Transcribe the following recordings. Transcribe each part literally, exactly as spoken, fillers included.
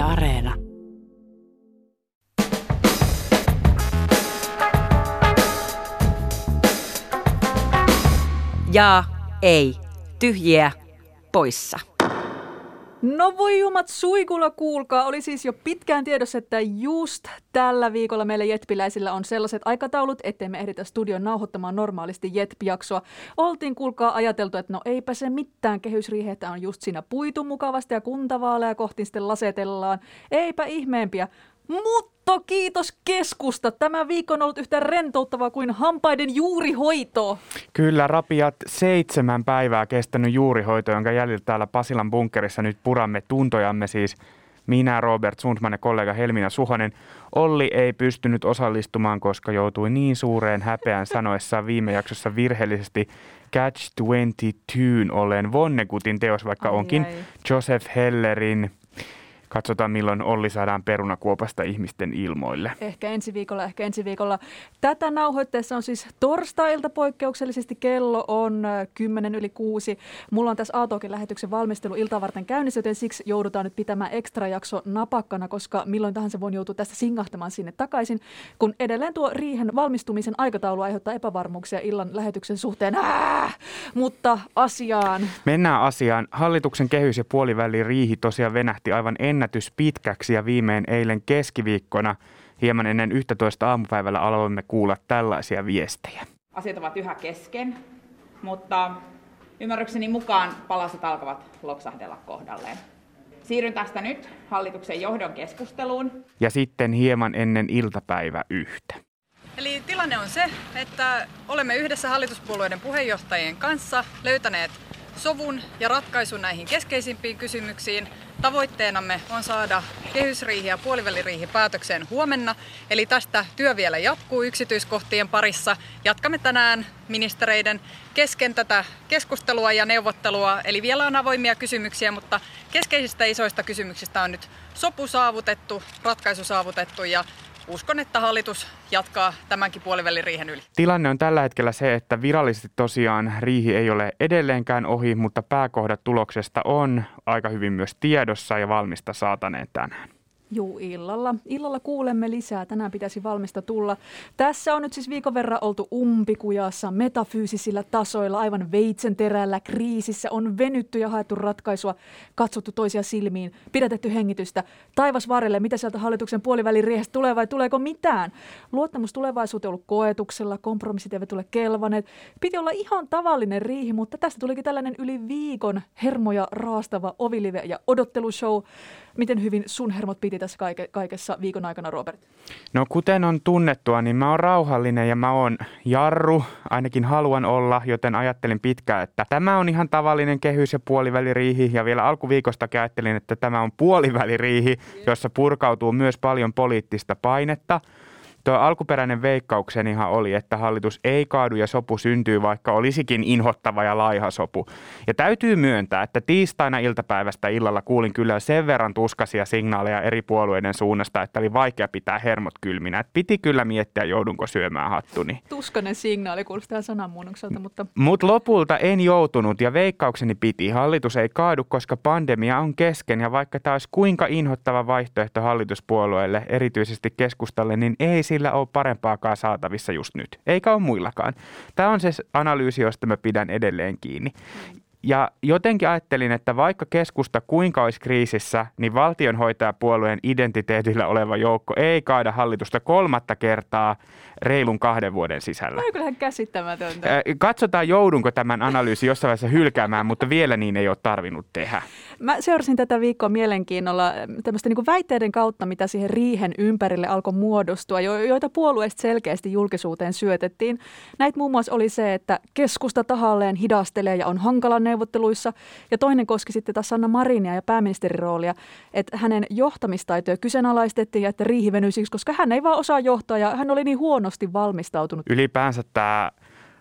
Areena. Ja ei. Tyhjiä poissa. No voi jumat suikulla, kuulkaa. Oli siis jo pitkään tiedossa, että just tällä viikolla meillä jetpiläisillä on sellaiset aikataulut, ettei me ehditä studion nauhoittamaan normaalisti jetpi-jaksoa. Oltiin, kuulkaa, ajateltu, että no eipä se mitään, kehysriiheitä on just siinä puitu mukavasti ja kuntavaaleja kohti sitten lasetellaan. Eipä ihmeempiä. Mutta kiitos keskusta. Tämä viikko on ollut yhtä rentouttavaa kuin hampaiden juurihoito. Kyllä, rapiat seitsemän päivää kestänyt juurihoito, jonka jäljiltä täällä Pasilan bunkkerissa nyt puramme tuntojamme siis. Minä, Robert Sundman ja kollega Helmiina Suhonen. Olli ei pystynyt osallistumaan, koska joutui niin suureen häpeään sanoessaan viime jaksossa virheellisesti Catch kaksikymmentäkaksi olleen Vonnegutin teos, vaikka ai onkin ai. Joseph Hellerin. Katsotaan, milloin Olli saadaan perunakuopasta ihmisten ilmoille. Ehkä ensi viikolla, ehkä ensi viikolla. Tätä nauhoitteessa on siis torstai-ilta poikkeuksellisesti. Kello on kymmenen yli kuusi. Mulla on tässä Aaltoakin lähetyksen valmistelu iltaa varten käynnissä, joten siksi joudutaan nyt pitämään ekstra jakso napakkana, koska milloin tahansa voin joutua tästä singahtamaan sinne takaisin, kun edelleen tuo riihen valmistumisen aikataulu aiheuttaa epävarmuuksia illan lähetyksen suhteen. Ää! Mutta asiaan. Mennään asiaan. Hallituksen kehys- ja puoliväliriihi tosiaan venähti aivan ennätys pitkäksi ja viimein eilen keskiviikkona hieman ennen yksitoista aamupäivällä aloimme kuulla tällaisia viestejä. Asiat ovat yhä kesken, mutta ymmärrykseni mukaan palaset alkavat loksahdella kohdalleen. Siirryn tästä nyt hallituksen johdon keskusteluun. Ja sitten hieman ennen iltapäivä yhtä. Eli tilanne on se, että olemme yhdessä hallituspuolueiden puheenjohtajien kanssa löytäneet sovun ja ratkaisun näihin keskeisimpiin kysymyksiin. Tavoitteenamme on saada kehysriihi ja puoliväliriihi päätökseen huomenna, eli tästä työ vielä jatkuu yksityiskohtien parissa. Jatkamme tänään ministereiden kesken tätä keskustelua ja neuvottelua, eli vielä on avoimia kysymyksiä, mutta keskeisistä isoista kysymyksistä on nyt sopu saavutettu, ratkaisu saavutettu ja uskon, että hallitus jatkaa tämänkin puoliväliriihen yli. Tilanne on tällä hetkellä se, että virallisesti tosiaan riihi ei ole edelleenkään ohi, mutta pääkohdat tuloksesta on aika hyvin myös tiedossa ja valmista saataneen tänään. Juu, illalla. Illalla kuulemme lisää. Tänään pitäisi valmista tulla. Tässä on nyt siis viikon verran oltu umpikujassa, metafyysisillä tasoilla, aivan veitsenterällä, kriisissä. On venytty ja haettu ratkaisua, katsottu toisia silmiin, pidätetty hengitystä. Taivas varrelle, mitä sieltä hallituksen puoliväliriihestä tulee vai tuleeko mitään? Luottamus tulevaisuuteen on ollut koetuksella, kompromissit eivät tule kelvaneet. Piti olla ihan tavallinen riihi, mutta tästä tulikin tällainen yli viikon hermoja raastava ovilive ja odottelushow. Miten hyvin sun hermot piti tässä kaike, kaikessa viikon aikana, Robert? No kuten on tunnettua, niin mä oon rauhallinen ja mä oon jarru, ainakin haluan olla, joten ajattelin pitkään, että tämä on ihan tavallinen kehys- ja puoliväliriihi. Ja vielä alkuviikosta ajattelin, että tämä on puoliväliriihi, jossa purkautuu myös paljon poliittista painetta. Tuo alkuperäinen veikkauksenihan oli, että hallitus ei kaadu ja sopu syntyy, vaikka olisikin inhottava ja laiha sopu. Ja täytyy myöntää, että tiistaina iltapäivästä illalla kuulin kyllä sen verran tuskaisia signaaleja eri puolueiden suunnasta, että oli vaikea pitää hermot kylminä. Et piti kyllä miettiä, joudunko syömään hattuni. Tuskainen signaali kuulostaa sananmuunnokselta, mutta... Mutta lopulta en joutunut ja veikkaukseni piti. Hallitus ei kaadu, koska pandemia on kesken ja vaikka tämä olisi kuinka inhottava vaihtoehto hallituspuolueelle, erityisesti keskustalle, niin ei sillä ole parempaakaan saatavissa just nyt. Eikä ole muillakaan. Tämä on se analyysi, josta mä pidän edelleen kiinni. Ja jotenkin ajattelin, että vaikka keskusta kuinka olisi kriisissä, niin valtionhoitajapuolueen identiteetillä oleva joukko ei kaada hallitusta kolmatta kertaa reilun kahden vuoden sisällä. Tämä on kyllähän käsittämätöntä. Katsotaan, joudunko tämän analyysin jossain vaiheessa hylkäämään, mutta vielä niin ei ole tarvinnut tehdä. Mä seurasin tätä viikkoa mielenkiinnolla tämmöistä niin kuin väitteiden kautta, mitä siihen riihen ympärille alkoi muodostua, joita puolueista selkeästi julkisuuteen syötettiin. Näitä muun muassa oli se, että keskusta tahalleen hidastelee ja on hankala neuvotteluissa. Ja toinen koski sitten taas Sanna Marinia ja pääministerin roolia, että hänen johtamistaitoja kyseenalaistettiin ja että riihi venyi siksi, koska hän ei vaan osaa johtaa ja hän oli niin huonosti valmistautunut. Ylipäänsä tämä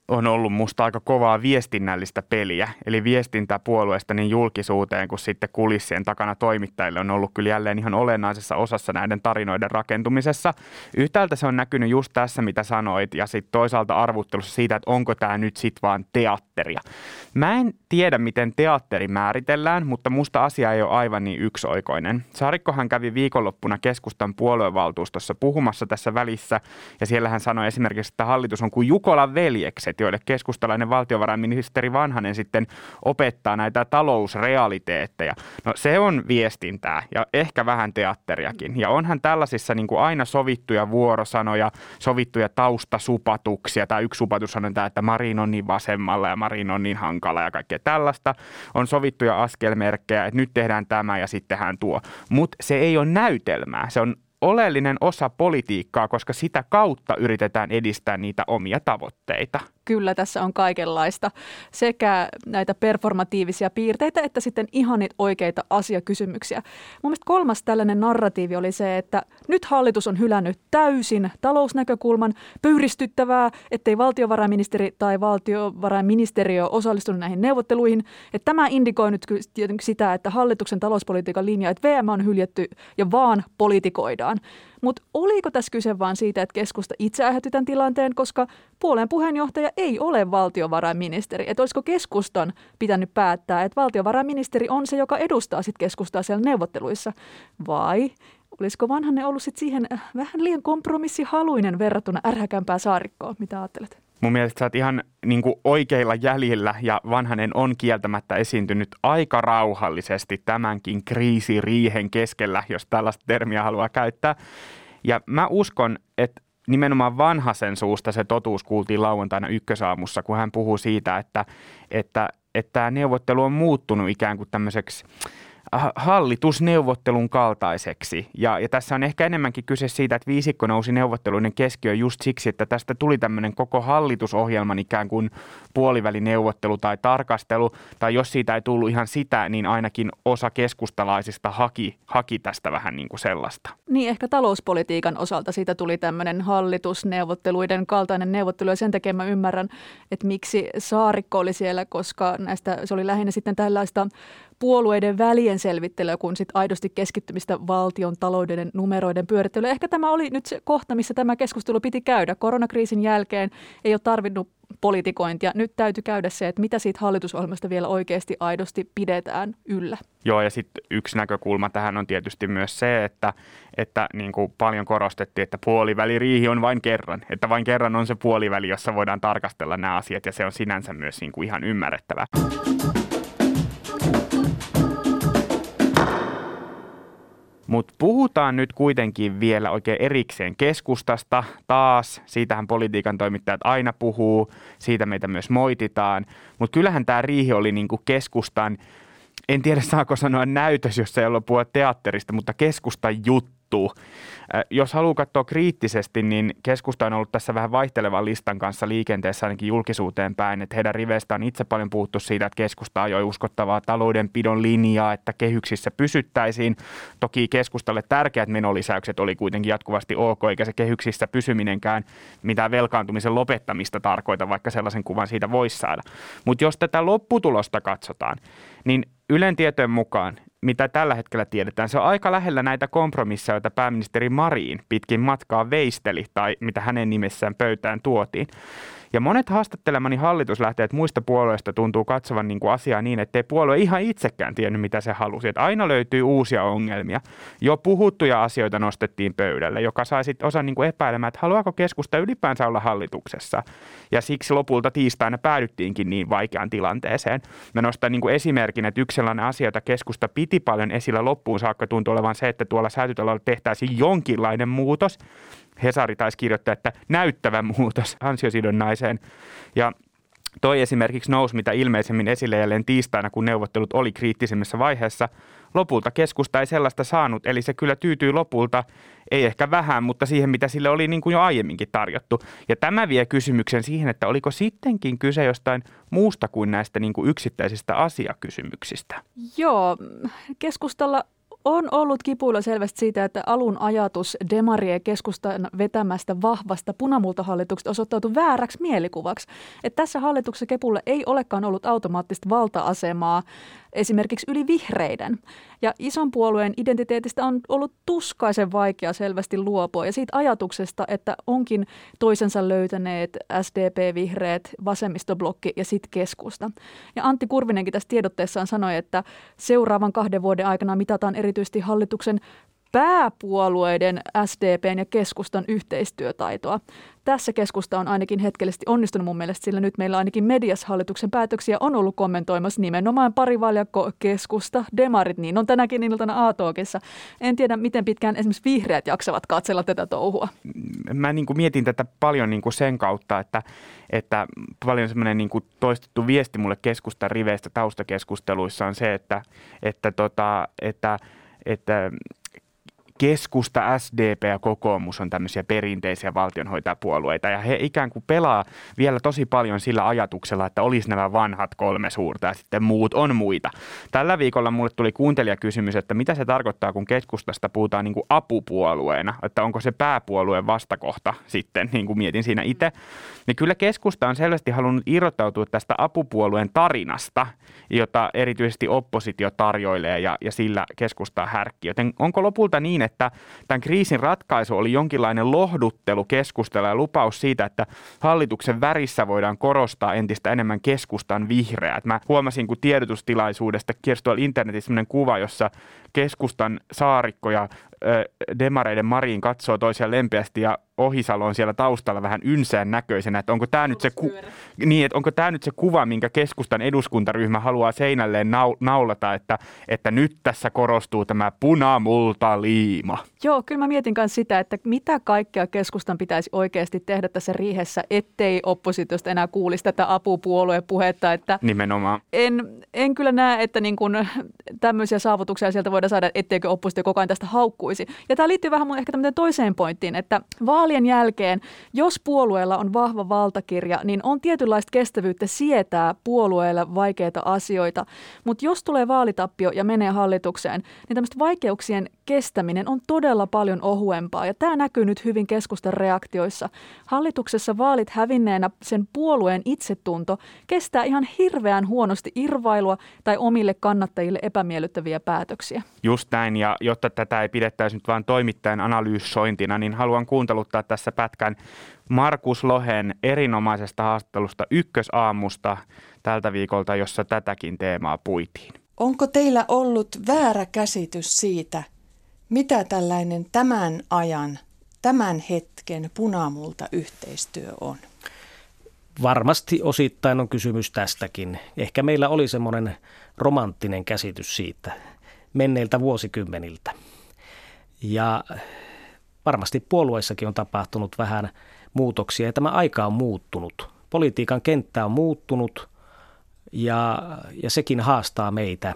on ollut musta aika kovaa viestinnällistä peliä. Eli viestintä puolueesta niin julkisuuteen kuin sitten kulissien takana toimittajille on ollut kyllä jälleen ihan olennaisessa osassa näiden tarinoiden rakentumisessa. Yhtäältä se on näkynyt just tässä, mitä sanoit, ja sitten toisaalta arvuttelussa siitä, että onko tämä nyt sitten vaan teatteria. Mä en tiedä, miten teatteri määritellään, mutta musta asia ei ole aivan niin yksioikoinen. Saarikkohan kävi viikonloppuna keskustan puoluevaltuustossa puhumassa tässä välissä, ja siellä hän sanoi esimerkiksi, että hallitus on kuin Jukolan veljekset, joille keskustalainen valtiovarainministeri Vanhanen sitten opettaa näitä talousrealiteetteja. No se on viestintää ja ehkä vähän teatteriakin. Ja onhan tällaisissa niin kuin aina sovittuja vuorosanoja, sovittuja taustasupatuksia. Tai yksi supatus sanoo, että Marin on niin vasemmalla ja Marin on niin hankala ja kaikkea tällaista. On sovittuja askelmerkkejä, että nyt tehdään tämä ja sitten hän tuo. Mutta se ei ole näytelmää. Se on oleellinen osa politiikkaa, koska sitä kautta yritetään edistää niitä omia tavoitteita. Kyllä, tässä on kaikenlaista. Sekä näitä performatiivisia piirteitä, että sitten ihan niitä oikeita asiakysymyksiä. Mun mielestä kolmas tällainen narratiivi oli se, että nyt hallitus on hylännyt täysin talousnäkökulman, pöyristyttävää, ettei valtiovarainministeri tai valtiovarainministeriö osallistunut näihin neuvotteluihin. Että tämä indikoi nyt sitä, että hallituksen talouspolitiikan linja, että V M on hyljätty ja vaan politikoidaan. Mutta oliko tässä kyse vaan siitä, että keskusta itse aiheutti tämän tilanteen, koska puolueen puheenjohtaja ei ole valtiovarainministeri. Että olisiko keskustan pitänyt päättää, että valtiovarainministeri on se, joka edustaa sit keskustaa siellä neuvotteluissa? Vai olisiko Vanhanen ollut sit siihen vähän liian kompromissihaluinen verrattuna ärhäkämpää Saarikkoa? Mitä ajattelet? Mun mielestä sä oot ihan niin kuin oikeilla jäljillä ja Vanhanen on kieltämättä esiintynyt aika rauhallisesti tämänkin kriisiriihen keskellä, jos tällaista termiä haluaa käyttää. Ja mä uskon, että nimenomaan Vanhasen suusta se totuus kuultiin lauantaina Ykkösaamussa, kun hän puhuu siitä, että, että, että tämä neuvottelu on muuttunut ikään kuin tämmöiseksi hallitusneuvottelun kaltaiseksi. Ja, ja tässä on ehkä enemmänkin kyse siitä, että viisikko nousi neuvotteluiden keskiöön just siksi, että tästä tuli tämmöinen koko hallitusohjelman ikään kuin puolivälineuvottelu tai tarkastelu. Tai jos siitä ei tullut ihan sitä, niin ainakin osa keskustalaisista haki, haki tästä vähän niin kuin sellaista. Niin, ehkä talouspolitiikan osalta siitä tuli tämmöinen hallitusneuvotteluiden kaltainen neuvottelu. Ja sen takia mä ymmärrän, että miksi Saarikko oli siellä, koska näistä se oli lähinnä sitten tällaista puolueiden välien selvittelyä, kun sit aidosti keskittymistä valtion talouden numeroiden pyörittelyä. Ehkä tämä oli nyt se kohta, missä tämä keskustelu piti käydä. Koronakriisin jälkeen ei ole tarvinnut politikointia. Nyt täytyy käydä se, että mitä siitä hallitusohjelmasta vielä oikeasti aidosti pidetään yllä. Joo, ja sitten yksi näkökulma tähän on tietysti myös se, että, että niin kuin paljon korostettiin, että puoliväliriihi on vain kerran. Että vain kerran on se puoliväli, jossa voidaan tarkastella nämä asiat, ja se on sinänsä myös niin kuin ihan ymmärrettävää. Mutta puhutaan nyt kuitenkin vielä oikein erikseen keskustasta taas. Siitähän politiikan toimittajat aina puhuu, siitä meitä myös moititaan. Mutta kyllähän tämä riihi oli niinku keskustan, en tiedä saako sanoa näytös, jos ei ole puhua teatterista, mutta keskustan juttu. Jos haluaa katsoa kriittisesti, niin keskusta on ollut tässä vähän vaihtelevan listan kanssa liikenteessä ainakin julkisuuteen päin, että heidän riveistä on itse paljon puhuttu siitä, että keskusta ajoi uskottavaa taloudenpidon linjaa, että kehyksissä pysyttäisiin. Toki keskustalle tärkeät menolisäykset oli kuitenkin jatkuvasti ok, eikä se kehyksissä pysyminenkään mitään velkaantumisen lopettamista tarkoita, vaikka sellaisen kuvan siitä voisi saada. Mutta jos tätä lopputulosta katsotaan, niin Ylen tietojen mukaan, mitä tällä hetkellä tiedetään, se on aika lähellä näitä kompromisseja, joita pääministeri Marin pitkin matkaa veisteli tai mitä hänen nimessään pöytään tuotiin. Ja monet haastattelemani hallituslähteet muista puolueista tuntuu katsovan niin kuin asiaa niin, ettei puolue ihan itsekään tiennyt, mitä se halusi. Että aina löytyy uusia ongelmia. Jo puhuttuja asioita nostettiin pöydälle, joka sai sitten osan niin kuin epäilemään, että haluaako keskusta ylipäänsä olla hallituksessa. Ja siksi lopulta tiistaina päädyttiinkin niin vaikeaan tilanteeseen. Mä nostan niin kuin esimerkin, että yksi sellainen asia, jota keskusta piti paljon esillä loppuun saakka, tuntuu olevan se, että tuolla Säätytalolla tehtäisiin jonkinlainen muutos. Hesari taisi kirjoittaa, että näyttävä muutos ansiosidonnaiseen. Ja toi esimerkiksi nousi mitä ilmeisemmin esille jälleen tiistaina, kun neuvottelut oli kriittisemmässä vaiheessa. Lopulta keskusta ei sellaista saanut, eli se kyllä tyytyy lopulta, ei ehkä vähän, mutta siihen, mitä sille oli niin kuin jo aiemminkin tarjottu. Ja tämä vie kysymyksen siihen, että oliko sittenkin kyse jostain muusta kuin näistä niin kuin yksittäisistä asiakysymyksistä? Joo, keskustalla On ollut kipuilla selvästi siitä, että alun ajatus demarien keskustan vetämästä vahvasta punamultahallituksesta osoittautui vääräksi mielikuvaksi. Että tässä hallituksessa kepulla ei olekaan ollut automaattista valta-asemaa esimerkiksi yli vihreiden. Ja ison puolueen identiteetistä on ollut tuskaisen vaikea selvästi luopua. Ja siitä ajatuksesta, että onkin toisensa löytäneet S D P, vihreät, vasemmistoblokki ja sitten keskusta. Ja Antti Kurvinenkin tässä tiedotteessaan sanoi, että seuraavan kahden vuoden aikana mitataan erityisesti hallituksen pääpuolueiden S D P:n ja keskustan yhteistyötaitoa. Tässä keskusta on ainakin hetkellisesti onnistunut mun mielestä, sillä nyt meillä ainakin mediassa hallituksen päätöksiä on ollut kommentoimassa nimenomaan parivaljakko keskusta, demarit, niin on tänäkin iltana A-talkissa. En tiedä, miten pitkään esimerkiksi vihreät jaksavat katsella tätä touhua. Mä niin kuin mietin tätä paljon niin kuin sen kautta, että, että paljon semmoinen niin kuin toistettu viesti mulle keskustan riveistä taustakeskusteluissa on se, että, että, tota, että, että keskusta, S D P ja kokoomus on tämmöisiä perinteisiä valtionhoitajapuolueita ja he ikään kuin pelaa vielä tosi paljon sillä ajatuksella, että olisi nämä vanhat kolme suurta ja sitten muut on muita. Tällä viikolla mulle tuli kuuntelijakysymys, että mitä se tarkoittaa, kun keskustasta puhutaan niin kuin apupuolueena, että onko se pääpuolueen vastakohta sitten, niin kuin mietin siinä itse. Niin kyllä keskusta on selvästi halunnut irrottautua tästä apupuolueen tarinasta, jota erityisesti oppositio tarjoilee ja, ja sillä keskustaa härkki. Joten onko lopulta niin, että tämän kriisin ratkaisu oli jonkinlainen lohduttelu keskustella ja lupaus siitä, että hallituksen värissä voidaan korostaa entistä enemmän keskustan vihreät. Mä huomasin, kun tiedotustilaisuudesta kiersi tuolla internetissä sellainen kuva, jossa keskustan Saarikko ja ö, demareiden Marin katsoo toisiaan lempeästi ja Ohisalo on siellä taustalla vähän ynsään näköisenä, että onko tämä nyt se ku- niin, että onko tämä nyt se kuva, minkä keskustan eduskuntaryhmä haluaa seinälleen nau- naulata, että, että nyt tässä korostuu tämä punamultaliima. Joo, kyllä mä mietin myös sitä, että mitä kaikkea keskustan pitäisi oikeasti tehdä tässä riihessä, ettei oppositiosta enää kuulisi tätä apupuoluepuhetta. Että nimenomaan. En, en kyllä näe, että niin kun tämmöisiä saavutuksia sieltä voidaan saada, etteikö oppositio koko ajan tästä haukkuisi. Ja tämä liittyy vähän mun ehkä tämmöiseen toiseen pointtiin, että vaalien jälkeen, jos puolueella on vahva valtakirja, niin on tietynlaista kestävyyttä sietää puolueelle vaikeita asioita. Mutta jos tulee vaalitappio ja menee hallitukseen, niin tämmöistä vaikeuksien kestäminen on todella paljon ohuempaa. Ja tämä näkyy nyt hyvin keskustan reaktioissa. Hallituksessa vaalit hävinneenä sen puolueen itsetunto kestää ihan hirveän huonosti irvailua tai omille kannattajille epämiellyttäviä päätöksiä. Just näin, ja jotta tätä ei pidettäisi nyt vain toimittajan analyysointina, niin haluan kuunteluttaa tässä pätkän Markus Lohen erinomaisesta haastattelusta Ykkösaamusta tältä viikolta, jossa tätäkin teemaa puitiin. Onko teillä ollut väärä käsitys siitä, mitä tällainen tämän ajan, tämän hetken punamultayhteistyö on? Varmasti osittain on kysymys tästäkin. Ehkä meillä oli semmoinen romanttinen käsitys siitä menneiltä vuosikymmeniltä. Ja varmasti puolueissakin on tapahtunut vähän muutoksia ja tämä aika on muuttunut. Politiikan kenttä on muuttunut ja, ja sekin haastaa meitä.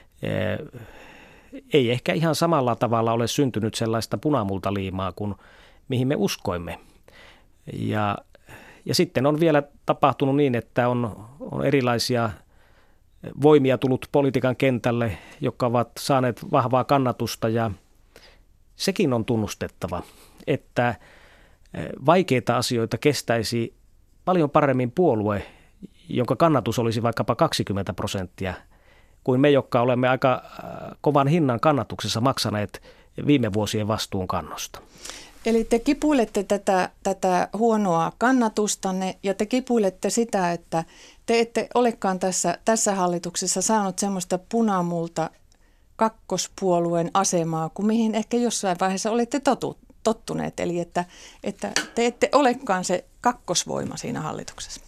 Ei ehkä ihan samalla tavalla ole syntynyt sellaista punamultaliimaa kuin mihin me uskoimme. Ja, ja sitten on vielä tapahtunut niin, että on, on erilaisia voimia tullut politiikan kentälle, jotka ovat saaneet vahvaa kannatusta ja sekin on tunnustettava, että vaikeita asioita kestäisi paljon paremmin puolue, jonka kannatus olisi vaikkapa kaksikymmentä prosenttia, kuin me, jotka olemme aika kovan hinnan kannatuksessa maksaneet viime vuosien vastuunkannosta. Eli te kipuilette tätä, tätä huonoa kannatustanne ja te kipuilette sitä, että te ette olekaan tässä, tässä hallituksessa saanut semmoista punamulta kakkospuolueen asemaa, kuin mihin ehkä jossain vaiheessa olette totu, tottuneet. Eli että, että te ette olekaan se kakkosvoima siinä hallituksessa.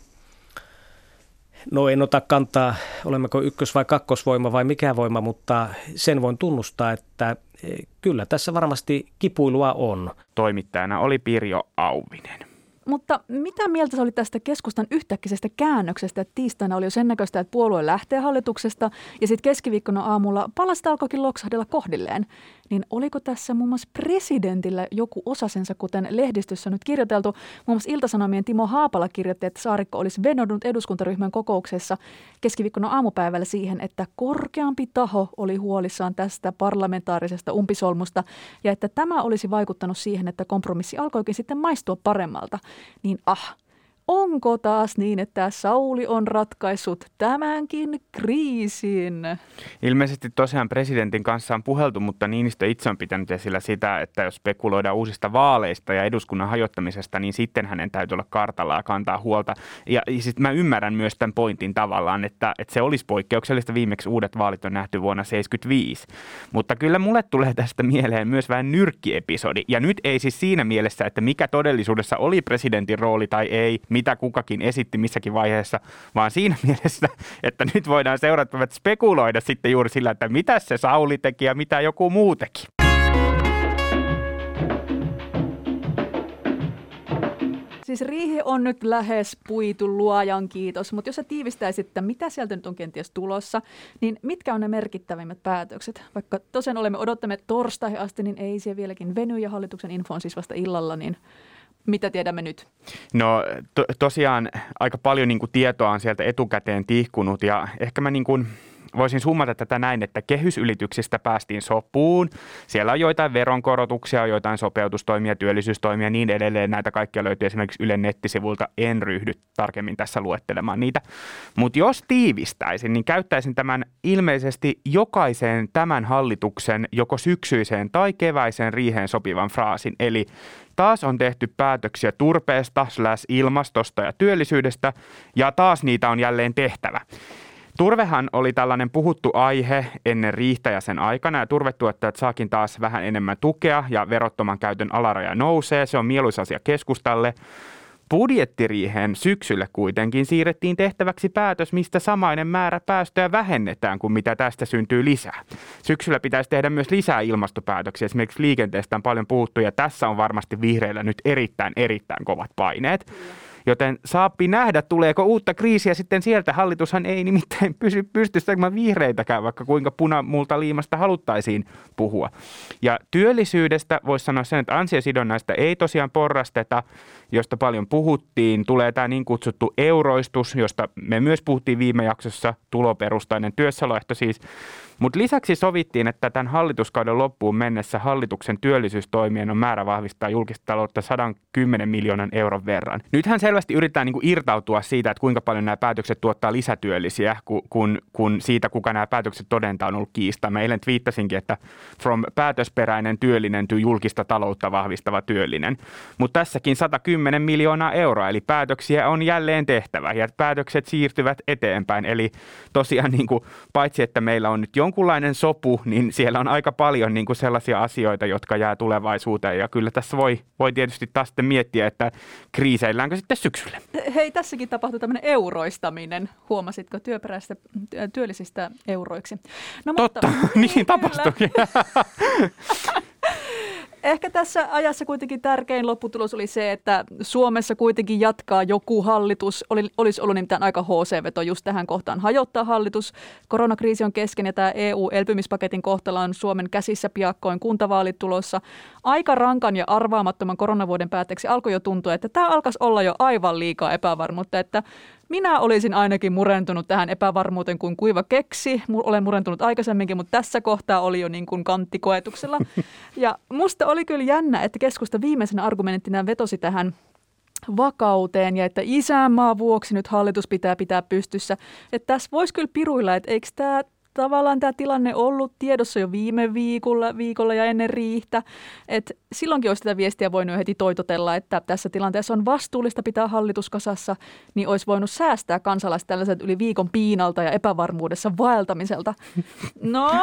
No en ota kantaa, olemmeko ykkös- vai kakkosvoima vai mikä voima, mutta sen voin tunnustaa, että kyllä tässä varmasti kipuilua on. Toimittajana oli Pirjo Auvinen. mutta mitä mieltä sä oli tästä keskustan yhtäkkisestä käännöksestä, että tiistaina oli jo sen näköistä, että puolue lähtee hallituksesta ja sitten keskiviikkona aamulla palasit alkoikin loksahdella kohdilleen. Niin oliko tässä muun muassa presidentillä joku osasensa, kuten lehdistössä on nyt kirjoiteltu? Muun muassa Ilta-Sanomien Timo Haapala kirjoitti, että Saarikko olisi vedonnut eduskuntaryhmän kokouksessa keskiviikkona aamupäivällä siihen, että korkeampi taho oli huolissaan tästä parlamentaarisesta umpisolmusta ja että tämä olisi vaikuttanut siihen, että kompromissi alkoikin sitten maistua paremmalta. Niin ah, onko taas niin, että Sauli on ratkaissut tämänkin kriisin? Ilmeisesti tosiaan presidentin kanssa on puheltu, mutta Niinistö itse on pitänyt esillä sitä, että jos spekuloidaan uusista vaaleista ja eduskunnan hajottamisesta, niin sitten hänen täytyy olla kartalla ja kantaa huolta. Ja, ja sitten mä ymmärrän myös tämän pointin tavallaan, että, että se olisi poikkeuksellista. Viimeksi uudet vaalit on nähty vuonna seitsemänkymmentäviisi. Mutta kyllä mulle tulee tästä mieleen myös vähän nyrkkiepisodi. Ja nyt ei siis siinä mielessä, että mikä todellisuudessa oli presidentin rooli tai ei, mitä kukakin esitti missäkin vaiheessa, vaan siinä mielessä, että nyt voidaan seurattavat spekuloida sitten juuri sillä, että mitä se Sauli teki ja mitä joku muu teki. Siis riihi on nyt lähes puitu, luojan kiitos, mutta jos sä tiivistäisit, että mitä sieltä nyt on kenties tulossa, niin mitkä on ne merkittävimmät päätökset? Vaikka tosiaan olemme odottaneet torstaihin asti, niin ei se vieläkin veny ja hallituksen info on siis vasta illalla, niin mitä tiedämme nyt? No to, tosiaan aika paljon niin kuin tietoa on sieltä etukäteen tihkunut ja ehkä mä niin kuin voisin summata tätä näin, että kehysylityksistä päästiin sopuun. Siellä on joitain veronkorotuksia, joitain sopeutustoimia, työllisyystoimia ja niin edelleen. Näitä kaikkia löytyy esimerkiksi Ylen nettisivulta. En ryhdy tarkemmin tässä luettelemaan niitä. Mutta jos tiivistäisin, niin käyttäisin tämän ilmeisesti jokaiseen tämän hallituksen joko syksyiseen tai keväiseen riiheen sopivan fraasin. Eli taas on tehty päätöksiä turpeesta, slash ilmastosta ja työllisyydestä ja taas niitä on jälleen tehtävä. Turvehan oli tällainen puhuttu aihe ennen riihtä ja sen aikana ja turvetuottajat saakin taas vähän enemmän tukea ja verottoman käytön alaraja nousee. Se on mieluisa asia keskustalle. Budjettiriiheen syksyllä kuitenkin siirrettiin tehtäväksi päätös, mistä samainen määrä päästöjä vähennetään kuin mitä tästä syntyy lisää. Syksyllä pitäisi tehdä myös lisää ilmastopäätöksiä. Esimerkiksi liikenteestä on paljon puhuttu ja tässä on varmasti vihreillä nyt erittäin, erittäin kovat paineet. Joten saappi nähdä, tuleeko uutta kriisiä sitten sieltä. Hallitushan ei nimittäin pysy pystyssä vihreitäkään, vaikka kuinka punamultaliimasta haluttaisiin puhua. Ja työllisyydestä voisi sanoa sen, että ansiosidonnaista ei tosiaan porrasteta, josta paljon puhuttiin. Tulee tämä niin kutsuttu euroistus, josta me myös puhuttiin viime jaksossa, tuloperustainen työssäoloehto siis. Mutta lisäksi sovittiin, että tämän hallituskauden loppuun mennessä hallituksen työllisyystoimien on määrä vahvistaa julkista taloutta sata kymmenen miljoonan euron verran. Nythän selvästi yritetään niinku irtautua siitä, että kuinka paljon nämä päätökset tuottaa lisätyöllisiä, kun, kun, kun siitä, kuka nämä päätökset todentaa on ollut kiista. Mä eilen twiittasinkin, että from päätösperäinen työllinen to julkista taloutta vahvistava työllinen. Mutta tässäkin sata kymmenen miljoonaa euroa, eli päätöksiä on jälleen tehtävä ja päätökset siirtyvät eteenpäin. Eli tosiaan niinku, paitsi, että meillä on nyt jonkunlainen sopu, niin siellä on aika paljon niin kuin sellaisia asioita, jotka jää tulevaisuuteen. Ja kyllä tässä voi, voi tietysti taas sitten miettiä, että kriiseilläänkö sitten syksyllä. Hei, tässäkin tapahtui tämmöinen euroistaminen. Huomasitko työperäistä työllisistä euroiksi? No, Totta, mutta, niin tapahtuikin. Ehkä tässä ajassa kuitenkin tärkein lopputulos oli se, että Suomessa kuitenkin jatkaa joku hallitus. Oli, olisi ollut nimittäin aika H C-veto just tähän kohtaan hajottaa hallitus. Koronakriisi on kesken ja tämä E U-elpymispaketin kohtalo on Suomen käsissä piakkoin, kuntavaalit tulossa. Aika rankan ja arvaamattoman koronavuoden päätteeksi alkoi jo tuntua, että tämä alkaisi olla jo aivan liikaa epävarmuutta, että minä olisin ainakin murentunut tähän epävarmuuteen kuin kuiva keksi. Olen murentunut aikaisemminkin, mutta tässä kohtaa oli jo niin kuin kanttikoetuksella. Ja musta oli kyllä jännä, että keskusta viimeisenä argumenttina vetosi tähän vakauteen ja että isänmaan vuoksi nyt hallitus pitää pitää pystyssä. Että tässä voisi kyllä piruilla, että eikö tämä tavallaan tämä tilanne ollut tiedossa jo viime viikolla, viikolla ja ennen riihtä. Et silloinkin olisi tätä viestiä voinut heti toitotella, että tässä tilanteessa on vastuullista pitää hallitus kasassa, niin olisi voinut säästää kansalaiset tällaiset yli viikon piinalta ja epävarmuudessa vaeltamiselta. No,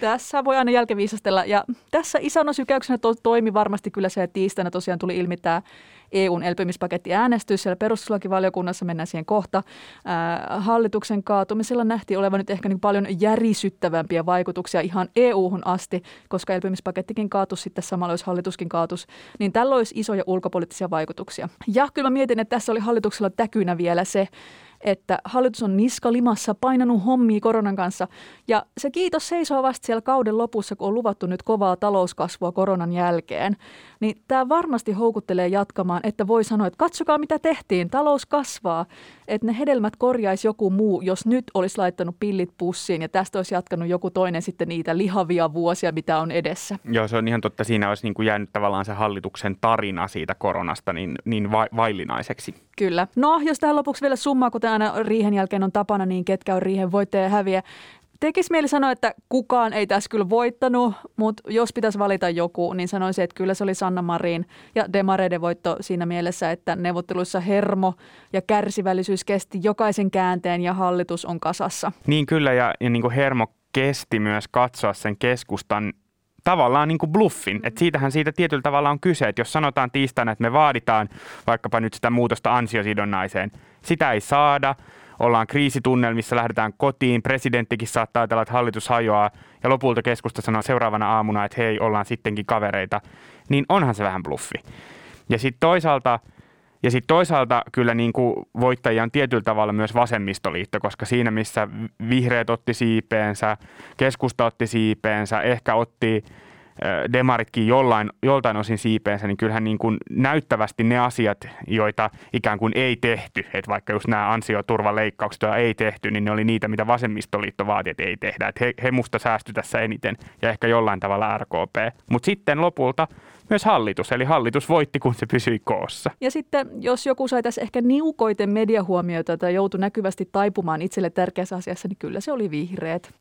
Tässä voi aina jälkiviisastella. Ja tässä isona sykäyksenä to- toimi varmasti kyllä se, että tiistaina tosiaan tuli ilmi tämä E U:n elpymispakettiäänestys. Siellä perustuslakivaliokunnassa mennään siihen kohta. Ää, hallituksen kaatumisella nähtiin olevan nyt ehkä niin paljon järisyttävämpiä vaikutuksia ihan E U:hun asti, koska elpymispakettikin kaatus sitten samalla, jos hallituskin kaatus, niin tällä olisi isoja ulkopoliittisia vaikutuksia. Ja kyllä mä mietin, että tässä oli hallituksella täkynä vielä se, että hallitus on niskalimassa painanut hommia koronan kanssa. Ja se kiitos seisoo vasta siellä kauden lopussa, kun on luvattu nyt kovaa talouskasvua koronan jälkeen. Niin tämä varmasti houkuttelee jatkamaan, että voi sanoa, että katsokaa mitä tehtiin, talous kasvaa. Että ne hedelmät korjaisi joku muu, jos nyt olisi laittanut pillit pussiin ja tästä olisi jatkanut joku toinen sitten niitä lihavia vuosia, mitä on edessä. Joo, se on ihan totta. Siinä olisi niin kuin jäänyt tavallaan se hallituksen tarina siitä koronasta niin, niin va- vaillinaiseksi. Kyllä. No, jos tähän lopuksi vielä summaa, kuten aina riihen jälkeen on tapana, niin ketkä on riihen voittaja ja häviä. Tekisi mieli sanoa, että kukaan ei tässä kyllä voittanut, mutta jos pitäisi valita joku, niin sanoisin, että kyllä se oli Sanna Marin ja demareiden voitto siinä mielessä, että neuvotteluissa hermo ja kärsivällisyys kesti jokaisen käänteen ja hallitus on kasassa. Niin kyllä, ja, ja niin kuin hermo kesti myös katsoa sen keskustan tavallaan niin kuin bluffin. Että siitähän siitä tietyllä tavalla on kyse, että jos sanotaan tiistaina, että me vaaditaan vaikkapa nyt sitä muutosta ansiosidonnaiseen, sitä ei saada. Ollaan kriisitunnelmissa, lähdetään kotiin, presidenttikin saattaa ajatella, että hallitus hajoaa ja lopulta keskusta sanoo seuraavana aamuna, että hei, ollaan sittenkin kavereita, niin onhan se vähän bluffi. Ja sitten toisaalta, ja sit toisaalta kyllä niin kuin voittajia on tietyllä tavalla myös vasemmistoliitto, koska siinä missä vihreät otti siipeensä, keskusta otti siipeensä, ehkä otti demaritkin jollain, joltain osin siipeensä, niin kyllähän niin kuin näyttävästi ne asiat, joita ikään kuin ei tehty, että vaikka just nämä ansioturvaleikkaukset, joita ei tehty, niin ne oli niitä, mitä vasemmistoliitto vaati, että ei tehdä. Että he, he musta säästyi tässä eniten ja ehkä jollain tavalla R K P. Mutta sitten lopulta myös hallitus, eli hallitus voitti, kun se pysyi koossa. Ja sitten, jos joku sai tässä ehkä niukoiten mediahuomioita tai joutui näkyvästi taipumaan itselle tärkeässä asiassa, niin kyllä se oli vihreät.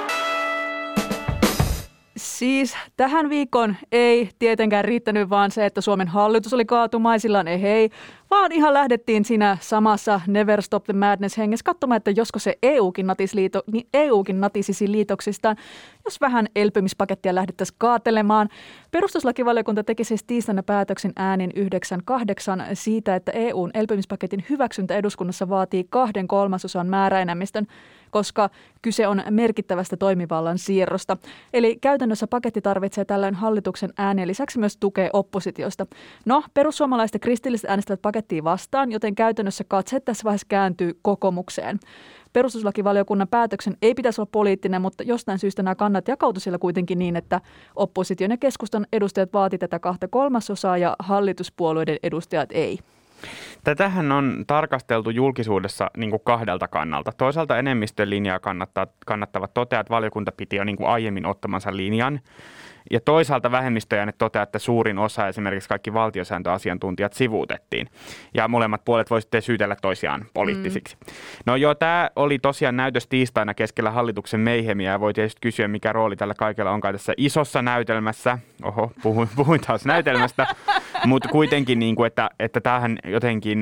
Siis tähän viikon ei tietenkään riittänyt vaan se, että Suomen hallitus oli kaatumaisillaan, ei hei, vaan ihan lähdettiin siinä samassa Never Stop the Madness -hengessä katsomaan, että josko se E Ukin, natisi liito, niin E Ukin natisisi liitoksistaan, jos vähän elpymispakettia lähdettäisiin kaatelemaan. Perustuslakivaliokunta teki siis tiistaina päätöksen äänin yhdeksän kahdeksan siitä, että E U:n elpymispaketin hyväksyntä eduskunnassa vaatii kahden kolmasosan määräenemmistön, koska kyse on merkittävästä toimivallan siirrosta. Eli käytännössä paketti tarvitsee tällöin hallituksen äänien lisäksi myös tukea oppositiosta. No, perussuomalaiset ja kristilliset äänestävät pakettia vastaan, joten käytännössä katseet tässä vaiheessa kääntyy kokoomukseen. Perustuslakivaliokunnan päätöksen ei pitäisi olla poliittinen, mutta jostain syystä nämä kannat jakautuivat siellä kuitenkin niin, että opposition ja keskustan edustajat vaati tätä kahta kolmasosaa ja hallituspuolueiden edustajat ei. Tätähän on tarkasteltu julkisuudessa niin kuin kahdelta kannalta. Toisaalta enemmistön linjaa kannattavat toteaa, että valiokunta piti jo niin kuin aiemmin ottamansa linjan. Ja toisaalta vähemmistöjä toteaa, että suurin osa, esimerkiksi kaikki valtiosääntöasiantuntijat, sivuutettiin. Ja molemmat puolet voi sitten syytellä toisiaan poliittisiksi. Mm. No joo, tämä oli tosiaan näytös tiistaina keskellä hallituksen meihemiä. Ja voi tietysti kysyä, mikä rooli tällä kaikella onkaan tässä isossa näytelmässä. Oho, puhuin, puhuin taas näytelmästä. Mutta kuitenkin, niin kuin, että, että tämähän jotenkin,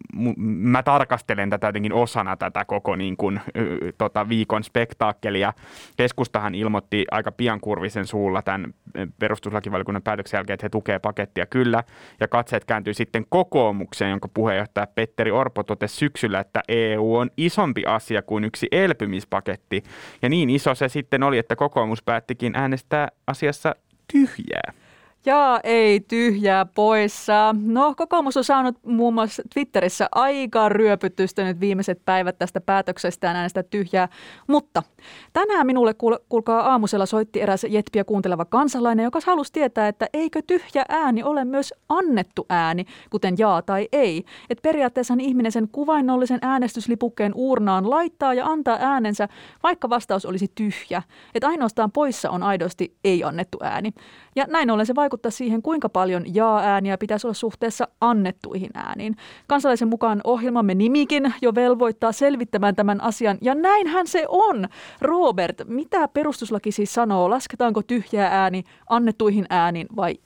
mä tarkastelen tätä jotenkin osana tätä koko niin kuin, tota, viikon spektaakkelia. Keskustahan ilmoitti aika pian Kurvisen suulla tämän perustuslakivaliokunnan päätöksen jälkeen, että he tukee pakettia kyllä. Ja katseet kääntyi sitten kokoomukseen, jonka puheenjohtaja Petteri Orpo totesi syksyllä, että E U on isompi asia kuin yksi elpymispaketti. Ja niin iso se sitten oli, että kokoomus päättikin äänestää asiassa tyhjää. Ja ei tyhjää poissa. No, kokoomus on saanut muun muassa Twitterissä aika ryöpytystä nyt viimeiset päivät tästä päätöksestään äänestää tyhjää. Mutta tänään minulle kuul- kuulkaa aamusella soitti eräs Jetpiä kuunteleva kansalainen, joka halusi tietää, että eikö tyhjä ääni ole myös annettu ääni, kuten jaa tai ei. Että periaatteessa ihminen sen kuvainnollisen äänestyslipukkeen uurnaan laittaa ja antaa äänensä, vaikka vastaus olisi tyhjä. Että ainoastaan poissa on aidosti ei annettu ääni. Ja näin ollen se vaikuttaa siihen, kuinka paljon jaa-ääniä pitäisi olla suhteessa annettuihin ääniin. Kansalaisen mukaan ohjelmamme nimikin jo velvoittaa selvittämään tämän asian, ja näinhän se on. Robert, mitä perustuslaki siis sanoo? Lasketaanko tyhjää ääni annettuihin ääniin vai ei?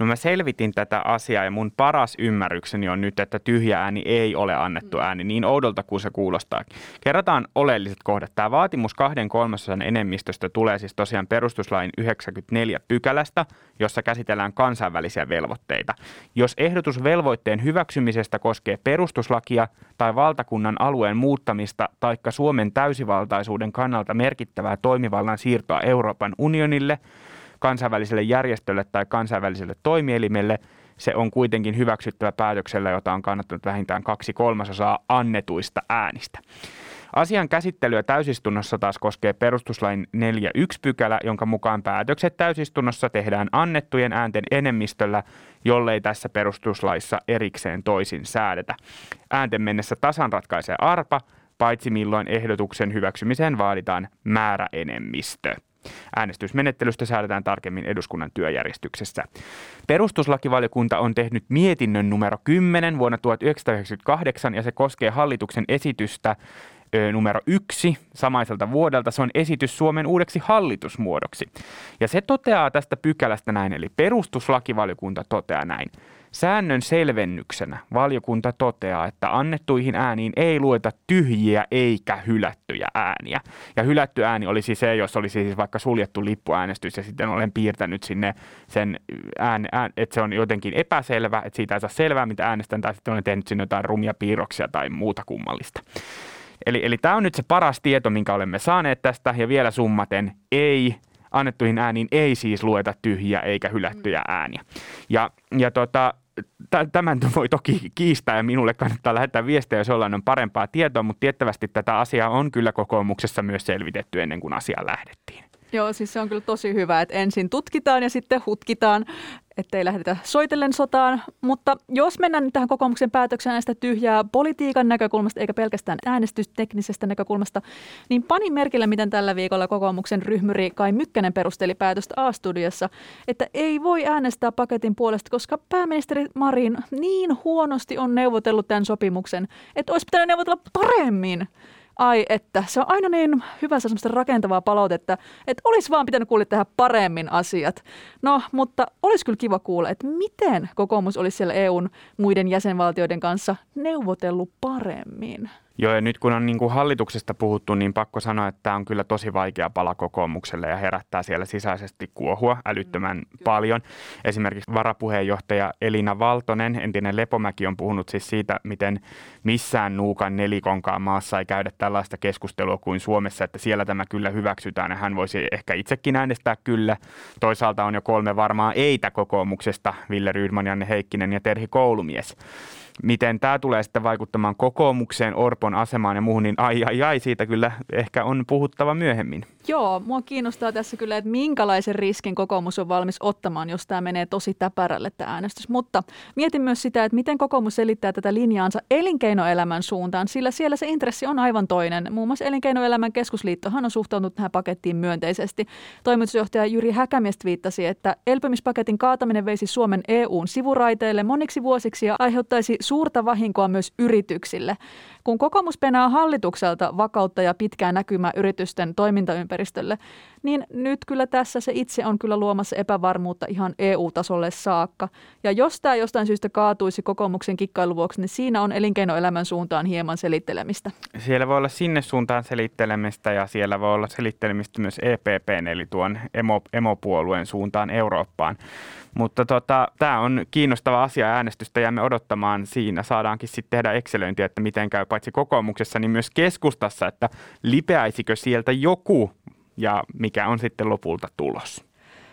No mä selvitin tätä asiaa ja mun paras ymmärrykseni on nyt, että tyhjä ääni ei ole annettu ääni, niin oudolta kuin se kuulostaa. Kerrataan oleelliset kohdat. Tämä vaatimus kahden kolmasosan enemmistöstä tulee siis tosiaan perustuslain yhdeksänkymmentäneljä pykälästä, jossa käsitellään kansainvälisiä velvoitteita. Jos ehdotus velvoitteen hyväksymisestä koskee perustuslakia tai valtakunnan alueen muuttamista taikka Suomen täysivaltaisuuden kannalta merkittävää toimivallan siirtoa Euroopan unionille, kansainväliselle järjestölle tai kansainväliselle toimielimelle, se on kuitenkin hyväksyttävä päätöksellä, jota on kannattanut vähintään kaksi kolmasosaa annetuista äänistä. Asian käsittelyä täysistunnossa taas koskee perustuslain neljä piste yksi pykälä, jonka mukaan päätökset täysistunnossa tehdään annettujen äänten enemmistöllä, jollei tässä perustuslaissa erikseen toisin säädetä. Äänten mennessä tasan ratkaisee arpa, paitsi milloin ehdotuksen hyväksymiseen vaaditaan määräenemmistö. Äänestysmenettelystä säädetään tarkemmin eduskunnan työjärjestyksessä. Perustuslakivaliokunta on tehnyt mietinnön numero kymmenen vuonna tuhatyhdeksänsataayhdeksänkymmentäkahdeksan ja se koskee hallituksen esitystä ö, numero yksi samaiselta vuodelta. Se on esitys Suomen uudeksi hallitusmuodoksi. Ja se toteaa tästä pykälästä näin, eli perustuslakivaliokunta toteaa näin. Säännön selvennyksenä valiokunta toteaa, että annettuihin ääniin ei lueta tyhjiä eikä hylättyjä ääniä. Ja hylätty ääni olisi se, jos olisi siis vaikka suljettu lippuäänestys ja sitten olen piirtänyt sinne sen ään, ään, että se on jotenkin epäselvä, että siitä ei saa selvää, mitä äänestän, tai sitten olen tehnyt sinne jotain rumia piirroksia tai muuta kummallista. Eli, eli tämä on nyt se paras tieto, minkä olemme saaneet tästä, ja vielä summaten ei. Annettuihin ääniin ei siis lueta tyhjiä eikä hylättyjä ääniä. Ja, ja tota, tämän voi toki kiistää ja minulle kannattaa lähettää viestejä, jos jollain on parempaa tietoa, mutta tiettävästi tätä asiaa on kyllä kokoomuksessa myös selvitetty ennen kuin asiaan lähdettiin. Joo, siis se on kyllä tosi hyvä, että ensin tutkitaan ja sitten hutkitaan, ettei lähdetä soitellen sotaan. Mutta jos mennään nyt tähän kokoomuksen päätökseen näistä tyhjää politiikan näkökulmasta, eikä pelkästään äänestysteknisestä näkökulmasta, niin panin merkille, miten tällä viikolla kokoomuksen ryhmyri Kai Mykkänen perusteli päätöstä A-studiossa, että ei voi äänestää paketin puolesta, koska pääministeri Marin niin huonosti on neuvotellut tämän sopimuksen, että olisi pitänyt neuvotella paremmin. Ai että, se on aina niin hyvä semmoista rakentavaa palautetta, että olisi vaan pitänyt kuulla tehdä paremmin asiat. No, mutta olisi kyllä kiva kuulla, että miten kokoomus olisi siellä E U:n muiden jäsenvaltioiden kanssa neuvotellut paremmin. Joo, ja nyt kun on niin kuin hallituksesta puhuttu, niin pakko sanoa, että tämä on kyllä tosi vaikea pala kokoomukselle ja herättää siellä sisäisesti kuohua älyttömän mm, paljon. Esimerkiksi varapuheenjohtaja Elina Valtonen, entinen Lepomäki, on puhunut siis siitä, miten missään nuukan nelikonkaan maassa ei käydä tällaista keskustelua kuin Suomessa, että siellä tämä kyllä hyväksytään ja hän voisi ehkä itsekin äänestää kyllä. Toisaalta on jo kolme varmaa eitä kokoomuksesta, Ville Rydman, Janne Heikkinen ja Terhi Koulumies. Miten tämä tulee sitten vaikuttamaan kokoomukseen, Orpon asemaan ja muuhun, niin ai ai ai, siitä kyllä ehkä on puhuttava myöhemmin. Joo, mua kiinnostaa tässä kyllä, että minkälaisen riskin kokoomus on valmis ottamaan, jos tämä menee tosi täpärälle tämä äänestys. Mutta mietin myös sitä, että miten kokoomus selittää tätä linjaansa elinkeinoelämän suuntaan, sillä siellä se intressi on aivan toinen. Muun muassa Elinkeinoelämän keskusliittohan on suhtautunut tähän pakettiin myönteisesti. Toimitusjohtaja Jyri Häkämies viittasi, että elpymispaketin kaataminen veisi Suomen E U:n sivuraiteille moniksi vuosiksi ja aiheuttaisi suurta vahinkoa myös yrityksille. Kun kokoomus penää hallitukselta vakautta ja pitkää näkymää yritysten toimintaympäristölle, niin nyt kyllä tässä se itse on kyllä luomassa epävarmuutta ihan E U-tasolle saakka. Ja jos tämä jostain syystä kaatuisi kokoomuksen kikkailun vuoksi, niin siinä on elinkeinoelämän suuntaan hieman selittelemistä. Siellä voi olla sinne suuntaan selittelemistä ja siellä voi olla selittelemistä myös E P P:n eli tuon emo, emopuolueen suuntaan Eurooppaan. Mutta tota, tämä on kiinnostava asia äänestystä jäämme odottamaan. Siinä saadaankin sitten tehdä excelöintiä, että miten käy paitsi kokoomuksessa, niin myös keskustassa, että lipeäisikö sieltä joku ja mikä on sitten lopulta tulos.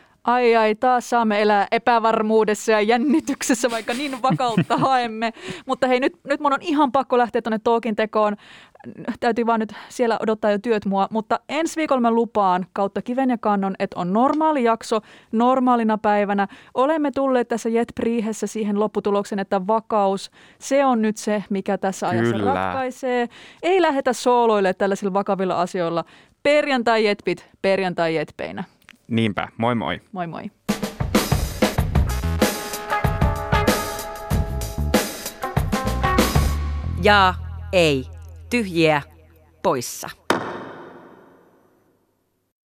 Ai ai, taas saamme elää epävarmuudessa ja jännityksessä, vaikka niin vakautta haemme. Mutta hei, nyt, nyt mun on ihan pakko lähteä tuonne Talkin tekoon. Täytyy vaan nyt siellä odottaa jo työt mua, mutta ensi viikolla mä lupaan kautta kiven ja kannon, että on normaali jakso normaalina päivänä. Olemme tulleet tässä Jet-priihessä siihen lopputulokseen, että vakaus, se on nyt se, mikä tässä ajassa Kyllä. ratkaisee. Ei lähdetä sooloille tällaisilla vakavilla asioilla. Perjantai Jetpit, perjantai Jetpeinä. Niinpä, moi moi. Moi moi. Jaa, ei, tyhjiä, poissa.